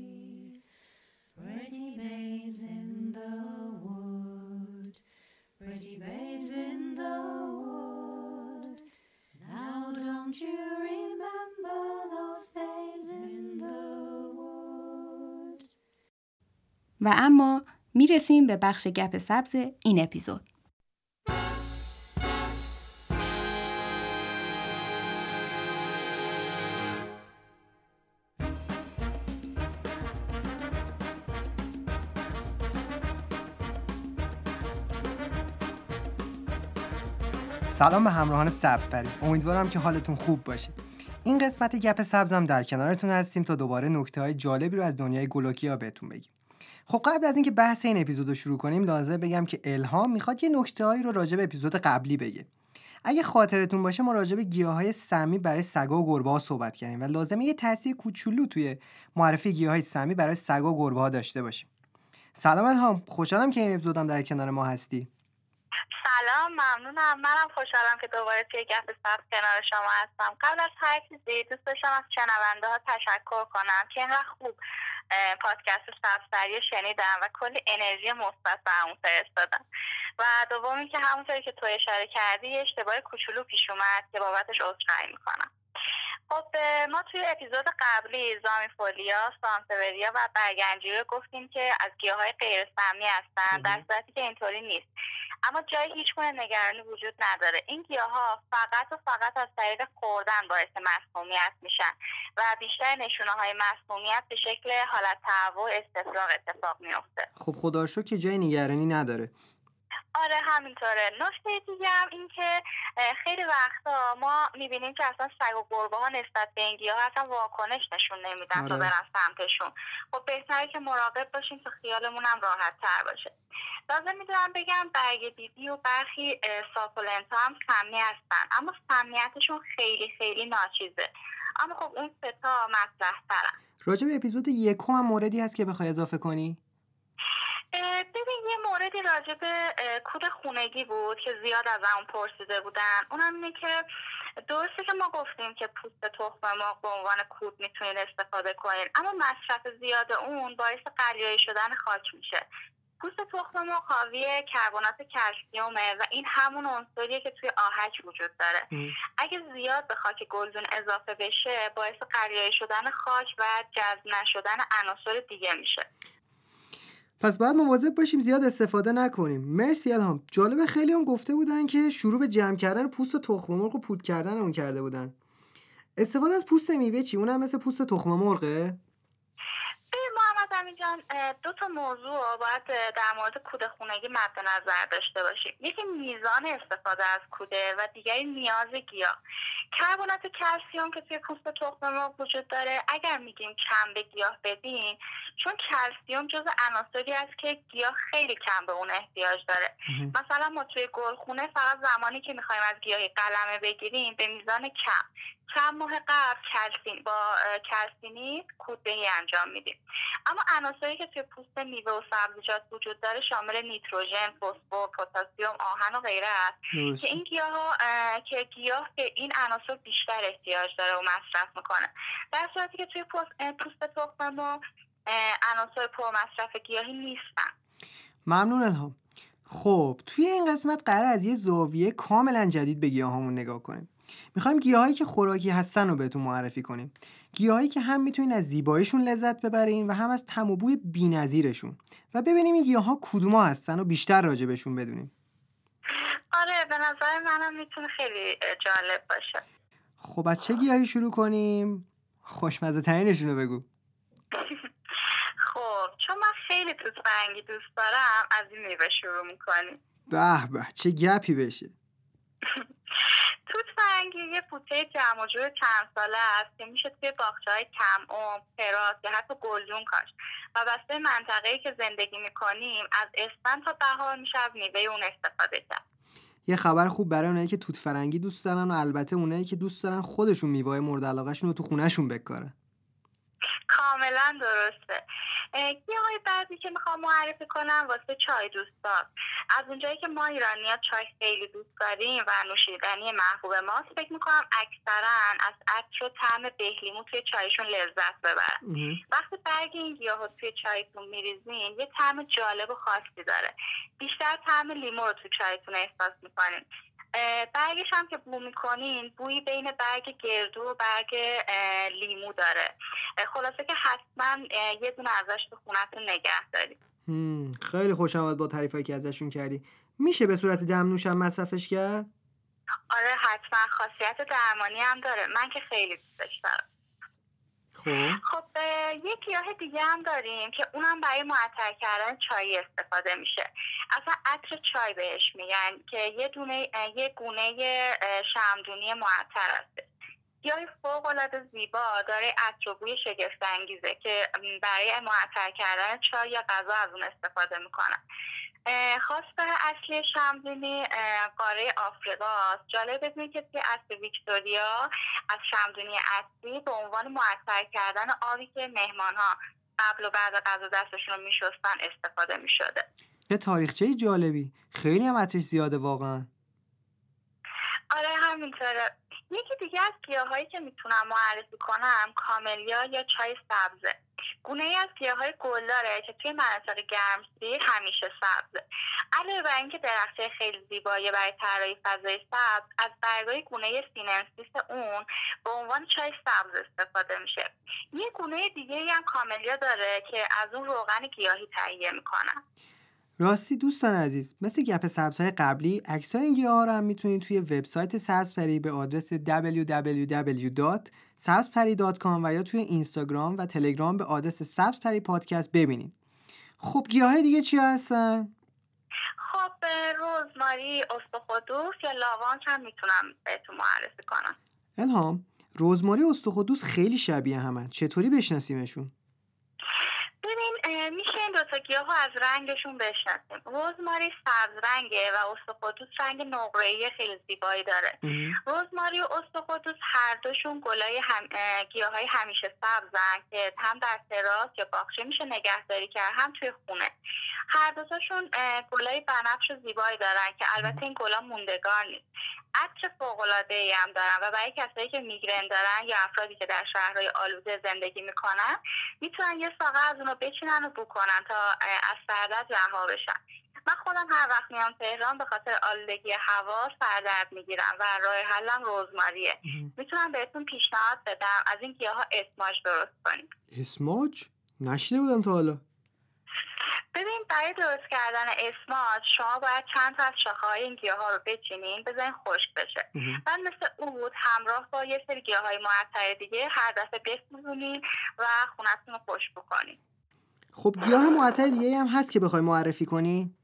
Pretty babes in the wood, pretty babes in the wood. Now don't you remember those babes in the wood. و اما میرسیم به بخش گپ سبز این اپیزود. سلام به همراهان سبزپری، امیدوارم که حالتون خوب باشه. این قسمت گپ سبزم در کنارتون هستیم تا دوباره نکته‌های جالبی رو از دنیای گلوکیا بهتون بگیم. خب قبل از اینکه بحث این اپیزود رو شروع کنیم لازم بگم که الهام میخواد یه نکته‌هایی رو راجع به اپیزود قبلی بگه. اگه خاطرتون باشه ما راجع به گیاهای سمی برای سگا و گربه‌ها صحبت کردیم و لازمه یه تاثیر کوچولو توی معرفی گیاهای سمی برای سگا و گربه‌ها داشته باشیم. سلام الهام، خوشحالم که این اپیزودم در کنار ما هستی. سلام، ممنونم. منم خوشحالم که دوباره توی گپ سبز کنار شما هستم. قبل از هر چیزی دوست داشتم از شنونده ها تشکر کنم که اینقدر خوب پادکست سبزپری شنیدم و کلی انرژی مثبت برامون فرستادن. و دومی که همونطوری که تو اشاره کردی یه اشتباه کوچولو پیش اومد که بابتش عذرخواهی میکنم. خب ما توی اپیزود قبلی زامیفولیا، سانسوریا و برگنجی رو گفتیم که از گیاهای غیر سمی هستن، در صورتی که اینطوری نیست. اما جای هیچگونه نگرانی وجود نداره. این گیاها فقط و فقط از طریق خوردن باعث مسمومیت میشن و بیشتر نشونه‌های مسمومیت به شکل حالت تهوع استفراغ اتفاق میفته. خب خدا رو شکر که جای نگرانی نداره. آره همینطوره. نکته دیگه هم این که خیلی وقتا ما میبینیم که اصلا سگ و گربه ها نسبت به این گیاه اصلا واکنش نشون نمیدن آره. تا برن سمتشون. خب بهتره که مراقب باشیم تا خیالمون هم راحت تر باشه. لازم میدونم بگم برگ دیدی و برخی ساکولنت ها هم سمی هستن، اما سمیتشون خیلی خیلی ناچیزه. اما خب اون سه تا مطرح ترن. راجع به اپیزود یکم هم موردی هست که بخوای اضافه کنی؟ ببین یه موردی راجع به کود خونگی بود که زیاد از همون پرسیده بودن. اونم اینه که درسته که ما گفتیم که پوست تخم مرغ به عنوان کود میتونید استفاده کنید، اما مصرف زیاد اون باعث قلیایی شدن خاک میشه. پوست تخم مرغ حاوی کربنات کلسیومه و این همون عنصریه که توی آهک وجود داره. ام. اگه زیاد به خاک گلدون اضافه بشه باعث قلیایی شدن خاک و جذب نشدن عناصر دیگه میشه. پس باید مواظب باشیم زیاد استفاده نکنیم. مرسی الهام. جالبه خیلی هم گفته بودن که شروع به جمع کردن پوست تخم مرغ و پود کردن اون کرده بودن. استفاده از پوست میوه چی؟ اونم مثل پوست تخم مرغه؟ محمد امین جان، دو تا موضوع باید در مورد کود خونگی مد نظر داشته باشیم. یکی میزان استفاده از کوده و دیگری نیاز گیاه. کربنات کلسیوم که توی پوست تخم مرغ وجود داره، اگر میگیم کم به گیاه بدین، چون کلسیوم جزو عناصری است که گیاه خیلی کم به اون احتیاج داره. مثلا ما توی گلخونه فقط زمانی که میخوایم از گیاهی قلمه بگیریم به میزان کم، چند ماه قبل کلسین با کلسینی کوددهی انجام میدیم. اما عناصری که توی پوست میوه و سبزیجات وجود داره شامل نیتروژن، فسفر، پتاسیم، آهن و غیره است که این گیاه که گیاه به این عناصر بیشتر احتیاج داره و مصرف میکنه، در صورتی که توی پوست, پوست تخم مرغ عناصر پرمصرف گیاهی نیستن. ممنون الهام. خب توی این قسمت قرار از یه زاویه کاملا جدید به گیاهامون نگاه کنیم. میخوایم گیاهایی که خوراکی هستن رو بهتون معرفی کنیم. گیاهایی که هم میتونین از زیباییشون لذت ببرین و هم از طعم و بوی بی‌نظیرشون و ببینیم این گیاها کدوما هستن و بیشتر راجع بهشون بدونیم. آره به نظر منم میتونه خیلی جالب باشه. خب از چه گیاهی شروع کنیم؟ خوشمزه ترینشون رو بگو. خب چون من خیلی توت فرنگی دوست دارم از این میوه شروع میکنیم. به به چه گپی بشه. توت فرنگی یه بوته جمع و جور چند ساله است که میشه توی باغچه‌های کم عمر، تراس یا حتی گلدون کاشت و بسته منطقه‌ای که زندگی میکنیم از اسفند تا بهار میشه از میوه اون استفاده کرد. یه خبر خوب برای اونایی که توت فرنگی دوست دارن و البته اونایی که دوست دارن خودشون میوه‌های مورد علاقه‌شون رو تو خونه‌شون بکارن. کاملا درسته. گیاهای بعدی که میخوام معرفی کنم واسه چای دوستان. از اونجایی که ما ایرانی‌ها چای خیلی دوست داریم و نوشیدنی محبوب ماست، فکر میکنم اکثرا از عطر و طعم بهلیمو توی چایشون لذت ببرن. وقتی برگ این گیاه رو توی چایتون میریزین یه طعم جالب و خاصی داره. بیشتر طعم لیمو رو توی چایتون احساس میکنین. برگش هم که بو میکنین بویی بین برگ گردو و برگ لیمو داره. خلاصه که حتما یه دونه ازش تو خونتون نگه دارید. خیلی خوشم اومد با تعریفایی که ازشون کردی. میشه به صورت دمنوش هم مصرفش کرد؟ آره حتما، خاصیت درمانی هم داره. من که خیلی دوستش دارم. خب خب یک گیاه دیگه هم داریم که اونم برای معطر کردن چای استفاده میشه. اصلا عطر چای بهش میگن که یه دونه یه گونه شمعدونی معطر هست. گیاه فوق العاده زیبا داره عطر و بوی شگفت انگیزه که برای معطر کردن چای یا غذا از اون استفاده میکنن. خواستگاه اصلی شمعدونی قاره آفریقاست. جالب بدونید که توی عصر ویکتوریا از شمعدونی اصلی به عنوان معطر کردن آبی که مهمان‌ها قبل و بعد غذا دستشون رو میشستن استفاده میشده. چه تاریخچه جالبی. خیلی هم عطرش زیاده واقعا. آره همینطوره. یکی دیگه از گیاهایی که میتونم معرفی کنم کاملیا یا چای سبزه. گونه ای از گیاهای گلداره که توی مناطق گرمسیر همیشه سبزه. علاوه بر اینکه درخت خیلی زیباییه برای طراحی فضای سبز، از برگای گونه سیننسیس اون به عنوان چای سبز استفاده میشه. یه گونه دیگه هم کاملیا داره که از اون روغن گیاهی تهیه میکنن. راستی دوستان عزیز، مثل گپ سبزهای قبلی عکسای این گیاها رو هم میتونید توی وبسایت سبزپری به آدرس دبلیو دبلیو دبلیو دات سبزپری دات کام و یا توی اینستاگرام و تلگرام به آدرس سبزپری پادکست ببینید. خب گیاهای دیگه چی هستن؟ خب رزماری، استخودوس یا لاوانچ هم میتونم بهتون معرفی کنم. الهام، رزماری و استخودوس خیلی شبیه همن. چطوری بشناسیمشون؟ ببین میشه این دوتا گیاه از رنگشون بشناسیم. رزماری سبز رنگه و استخودوس رنگ نقره‌ای خیلی زیبایی داره. رزماری و استخودوس هر دوشون گلای هم... گیاهای همیشه سبزن که هم در تراس یا باغچه میشه نگهداری کرد، هم توی خونه. هر دوتاشون گلای بنفش زیبایی دارن که البته این گلا موندگار نیست. عطر فوق‌العاده‌ای هم دارن و برای کسایی که میگرن دارن یا افرادی که در شهرهای آلوده زندگی میکنن میتونن یه ساقه از اونو بچینن و بو کنن تا از سردرد رها بشن. من خودم هر وقت میام تهران به خاطر آلودگی هوا سردرد میگیرم و راه حلم رزماریه. میتونم بهتون پیشنهاد بدم از این گیاها اسماج درست کنید. اسماج؟ نشیده بودم تا حالا. ببین برای درست کردن اسماج شما باید چند تا از شاخه‌های این گیاها رو بچینین بذارین خشک بشه. بعد مثل عود همراه با یه سری گیاهای معطر دیگه هر دفعه بسوزونین و خونتون رو خشک بکنین. خب گیاه معطر دیگه هم هست که بخوای معرفی کنی؟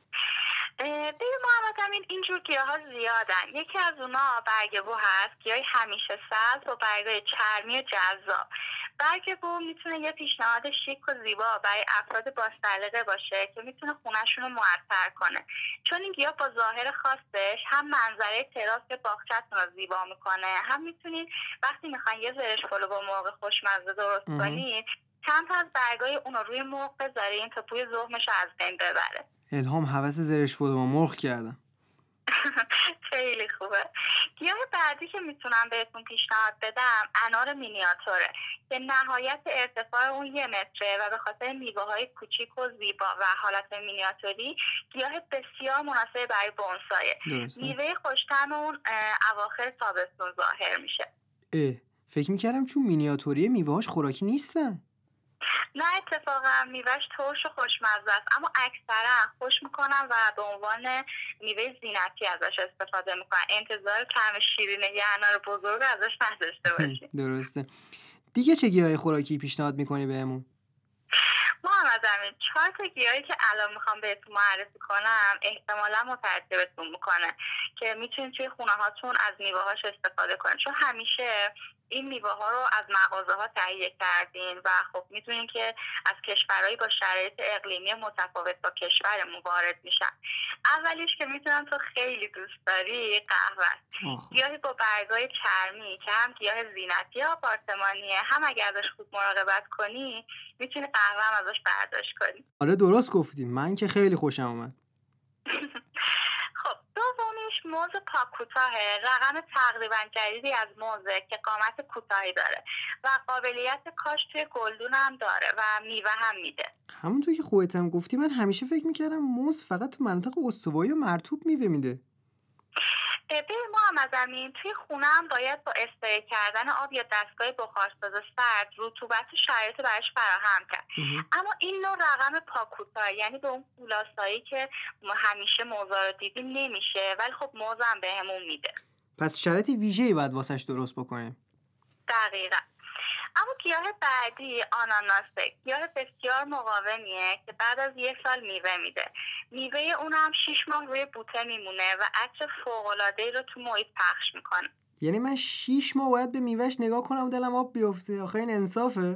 ببین محمد امین اینجور گیاها زیادن. یکی از اونا برگ بو هست، گیاه همیشه سبز و برگای چرمی و جذاب. برگ بو میتونه یه پیشنهاد شیک و زیبا برای افراد با سلیقه باشه که میتونه خونه‌شون رو معطر کنه، چون این گیاه با ظاهر خاصش هم منظره تراس یا باغچه‌تون رو زیبا میکنه، هم میتونید وقتی میخواین یه زرش پلو با مرغ خوشمزه درست کنید چند تا از برگای اون رو روی مرغ بذارین تا بوی ذوقش از بین ببره. الهام حوس زرش پلو با مرغ کردم. خیلی خوبه. گیاه بعدی که میتونم بهتون پیشنهاد بدم انار مینیاتوره که نهایت ارتفاع اون یه متره و به خاطر میوه های کوچیک و زیبا و حالت مینیاتوری گیاه بسیار مناسب برای بونسایه. میوه خوش‌طعم اون اواخر تابستون ظاهر میشه. اه فکر میکردم چون مینیاتوری میوه‌هاش خوراکی نیستن. نه اتفاقا میوهش ترش و خوشمزه است، اما اکثرا خوش میکنن و به عنوان میوه زینتی ازش استفاده میکنن. انتظار طعم شیرینه یه انار بزرگ ازش نداشته باشی. درسته. دیگه چه گیاهای خوراکی پیشنهاد میکنی بهمون؟ محمد امین، چهار تا گیاهی که الان میخوام بهتون معرفی کنم احتمالا متعجبتون میکنه که میتونید توی خونه هاتون از میوه هاش استفاده کنید، چون همیشه این میوه ها رو از مغازه ها تهیه کردین و خب میدونین که از کشورهایی با شرایط اقلیمی متفاوت با کشورمون وارد میشن. اولیش که میتونم تو خیلی دوست داری قهوه است. گیاهی با برگای چرمی که هم گیاه زینتی آپارتمانیه، هم اگر ازش خوب مراقبت کنی میتونی قهوه هم ازش برداشت کنی. آره درست گفتیم، من که خیلی خوشم اومد. خب دومیش موز پا کوتاهه، رقم تقریبا جدیدی از موزه که قامت کوتاهی داره و قابلیت کاشت توی گلدون هم داره و میوه هم میده. همونطور که خودت هم گفتی، من همیشه فکر میکردم موز فقط تو مناطق استوایی و مرطوب میوه میده. ببین محمد امین، توی خونه هم باید با اسپری کردن آب یا دستگاه بخارساز سرد رطوبت شرایط براش فراهم کرد. اما این نوع رقم پاکوتا، یعنی به اون خلاصایی که ما همیشه موزا رو دیدیم نمیشه، ولی خب موزا هم بهمون میده. پس شرایط ویژه‌ای باید واسش درست بکنیم. دقیقاً. اما گیاه بعدی آناناسه، گیاه بسیار مقاومیه که بعد از یک سال میوه میده. میوه اون هم شیش ماه روی بوته میمونه و عطر فوق‌العاده‌ای رو تو محیط پخش میکنه. یعنی من شیش ماه باید به میوهش نگاه کنم و دلم آب بیفته؟ آخه این انصافه؟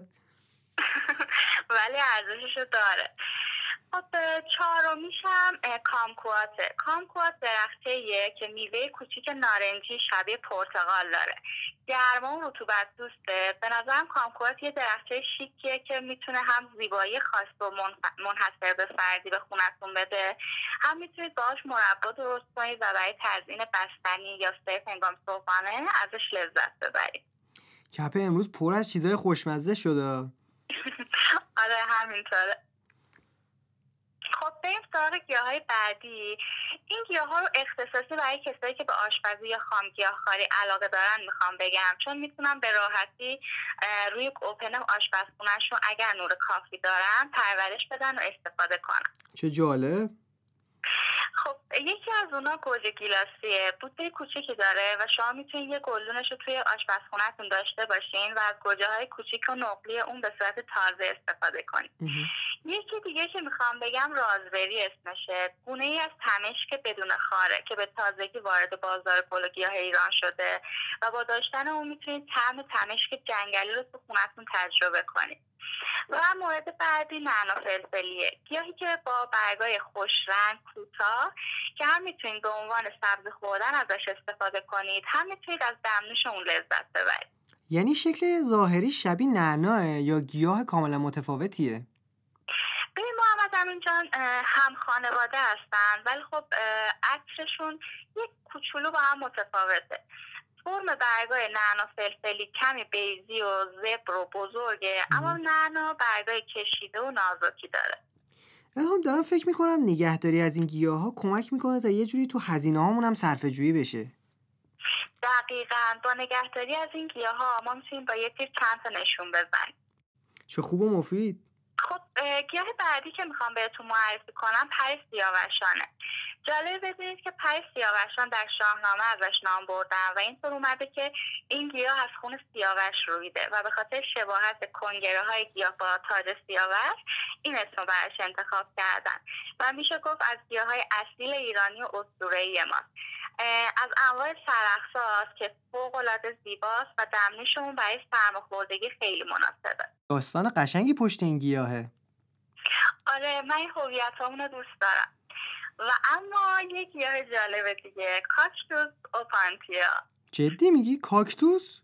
ولی ارزششو داره. خب چهارمیش هم کامکواته. کامکوات درختیه که میوه کوچیک نارنجی شبیه پرتقال داره. گرما و رطوبت دوسته. به نظرم کامکوات یه درخته شیکیه که میتونه هم زیبایی خاص و منحصر به فردی به خونتون بده، هم میتونید باهاش مربا درست کنید و برای تزیین بستنی یا صرف هنگام صبحانه ازش لذت ببرید. کپه امروز پر از چیزای خوشمزه شده. آره همینطوره. خب بریم سراغ گیاهای بعدی. این گیاها رو اختصاصی برای کسایی که به آشپزی یا خامگیاهخواری علاقه دارن میخوام بگم، چون میتونم به راحتی روی اوپن آشپزخونه‌شون اگر نور کافی دارن پرورش بدن و استفاده کنن. چه جالب. خب یکی از اونا گوجه گیلاسیه. بوته کوچیکی داره و شما میتونید یه گلدونش رو توی آشپزخونه‌تون داشته باشین و از گوجه های کوچیک و نقلی اون به صورت تازه استفاده کنید. یکی دیگه که میخوام بگم رازبری اسمشه. گونه ای از تمشک بدون خاره که به تازگی وارد بازار گل و گیاه ایران شده و با داشتن اون میتونید طعم تمشک جنگلی رو تو خونه‌تون تجربه کنید. و مورد بعدی نعنا فلفلیه، گیاهی که با برگای خوش رنگ کوتاه که هم میتونید به عنوان سبزی خوردن ازش استفاده کنید، هم میتونید از دمنوش اون لذت ببرید. یعنی شکل ظاهری شبیه نعناه یا گیاه کاملا متفاوتیه؟ ببین محمد امین جان، هم خانواده هستن ولی خب عطرشون یک کوچولو با هم متفاوته. فرم برگای نعنا فلفلی کمی بیضی و زبر و بزرگه، اما نعنا برگای کشیده و نازکی داره. الان دارم فکر میکنم نگهداری از این گیاها کمک میکنه تا یه جوری تو هزینه هامون هم صرفه جویی بشه. دقیقاً، با نگهداری از این گیاها ما میتونیم با یه تیر چند تا نشون بزنیم. چه خوب و مفید. خب گیاه بعدی که میخوام بهتون معرفی کنم پری سیاوشانه. جالب بدونید که پری سیاوشان در شاهنامه ازش نام بردن و اینطور اومده که این گیاه از خون سیاوش رویده و به خاطر شباهت کنگره های گیاه با تاج سیاوش این اسمو براش انتخاب کردن و میشه گفت از گیاه های اصیل ایرانی و اسطوره‌ای ما. از انواع سرخساست که فوق‌العاده زیباست و دمنوشمون برای سرماخوردگی خیلی مناسبه. داستان قشنگی پشت این گیاهه. آره من این هویتامون رو دوست دارم. و اما یک گیاه جالب دیگه، کاکتوس اوپانتیا. جدی میگی کاکتوس؟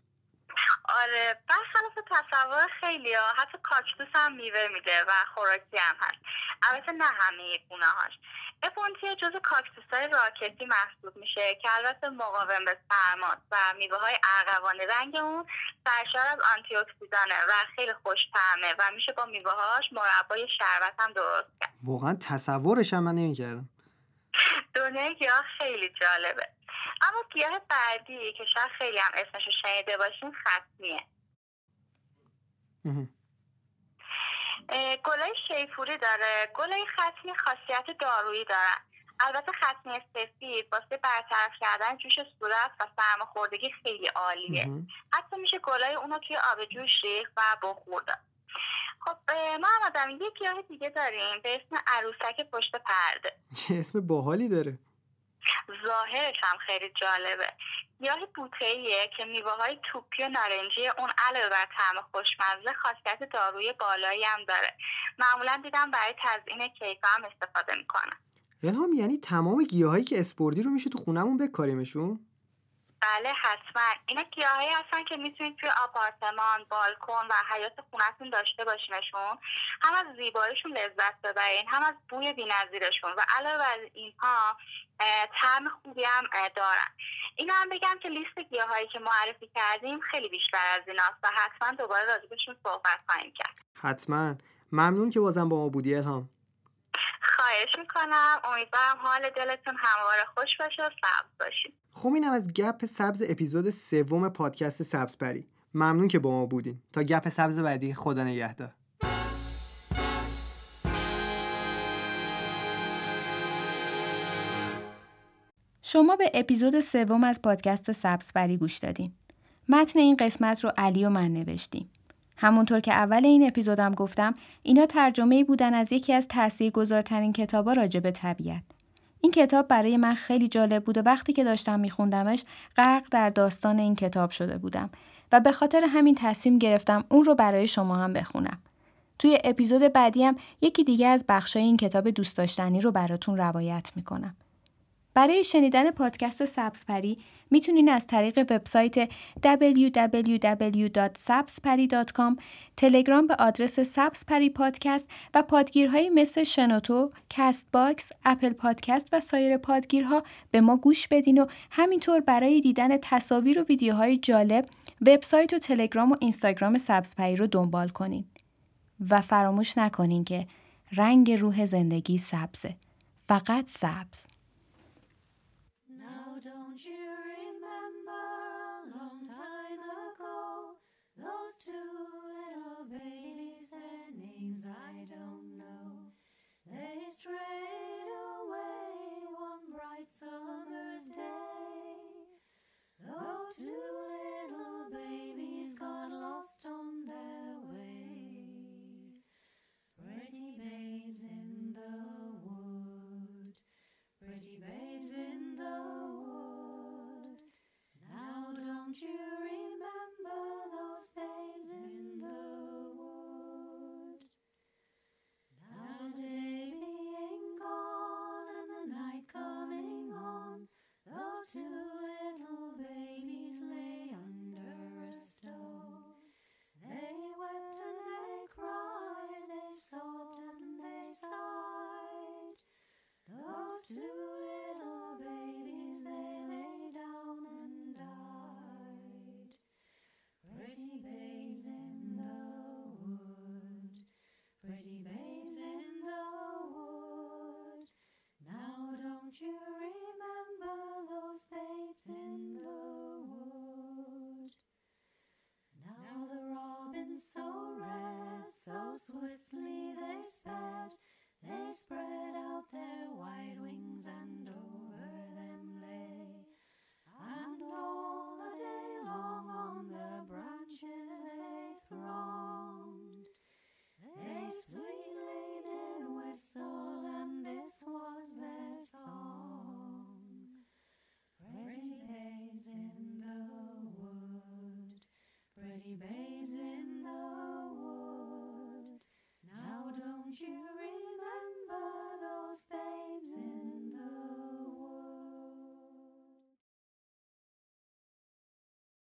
آره برخلاف تصور خیلی ها حتی کاکتوس هم میوه میده و خوراکی هم هست، البته نه همه گونه هاش. اپونتیا جزو کاکتوس های راکتی محسوب میشه که البته مقاوم به سرما و میوه های ارغوانی رنگ اون سرشار از آنتی اکسیدانه و خیلی خوش طعمه و میشه با میوه هاش مربای شربت هم درست کرد. واقعا تصورش هم من نمیکردم. دنیای گیاه خیلی جالبه. اما گیاه بعدی که شاید خیلی هم اسمشو شنیده باشین ختمیه. گلای شیپوری داره. گلای ختمی خاصیت دارویی دارن. البته ختمی سفید واسه برطرف کردن جوش صورت و سرماخوردگی خیلی عالیه. حتی میشه گلای اونو توی آب جوش ریخت و بخورد. خب محمد امین یه گیاه دیگه داریم به اسم عروسک پشت پرده. چه اسم باحالی داره. ظاهرش هم خیلی جالبه. گیاه بوته‌ایه که میوه‌های توپی و نارنجی اون علاوه بر طعم خوشمزه خاصیت دارویی بالایی هم داره. معمولا دیدم برای تزیین کیک‌ها هم استفاده میکنن. الهام یعنی تمام گیاهایی که اسپوردی رو میشه تو خونمون بکاریمشون؟ بله حتما. اینا گیاهایی هستن که میتونید توی آپارتمان، بالکن و حیاط خونه‌تون داشته باشینشون. هم از زیباییشون لذت ببرین، هم از بوی بی‌نظیرشون و علاوه بر اینها طعم خوبی هم دارن. اینا هم بگم که لیست گیاهایی که معرفی کردیم خیلی بیشتر از ایناست و حتما دوباره راجبشون صحبت خواهیم کرد. حتما. ممنون که بازم با ما بودی الهام. خواهش میکنم. امیدوارم حال دلتون همواره خوش باشه و سبز باشین. خب اینم از گپ سبز اپیزود سوم پادکست سبزپری. ممنون که با ما بودین. تا گپ سبز بعدی، خدا نگهدار. شما به اپیزود سوم از پادکست سبزپری گوش دادین. متن این قسمت رو علی و من نوشتیم. همونطور که اول این اپیزودم گفتم، اینا ترجمه‌ای بودن از یکی از تاثیرگذارترین کتابا راجع به طبیعت. این کتاب برای من خیلی جالب بود و وقتی که داشتم میخوندمش غرق در داستان این کتاب شده بودم و به خاطر همین تصمیم گرفتم اون رو برای شما هم بخونم. توی اپیزود بعدی هم یکی دیگه از بخشای این کتاب دوست داشتنی رو براتون روایت میکنم. برای شنیدن پادکست سبزپری میتونین از طریق وبسایت دبلیو دبلیو دبلیو دات سبزپری دات کام، تلگرام به آدرس سبزپری پادکست و پادگیرهایی مثل شنوتو، کست باکس، اپل پادکست و سایر پادگیرها به ما گوش بدین و همینطور برای دیدن تصاویر و ویدیوهای جالب وبسایت و تلگرام و اینستاگرام سبزپری رو دنبال کنین. و فراموش نکنین که رنگ روح زندگی سبزه. فقط سبز. Don't you remember a long time ago, those two little babies, their names I don't know. They strayed away one bright summer's day. Those two little babies got lost on their way. Pretty babes in the wood, pretty babes in the wood. Now don't you remember those babes in the wood? Now the day being gone and the night coming on, those two little babies lay under a stone. They wept and they cried, they sobbed and they sighed. Those two little babies, they lay down and died. Pretty babes in the wood, pretty babes in the wood. Now don't you remember those babes in the wood? Now the robin's so red, so sweet.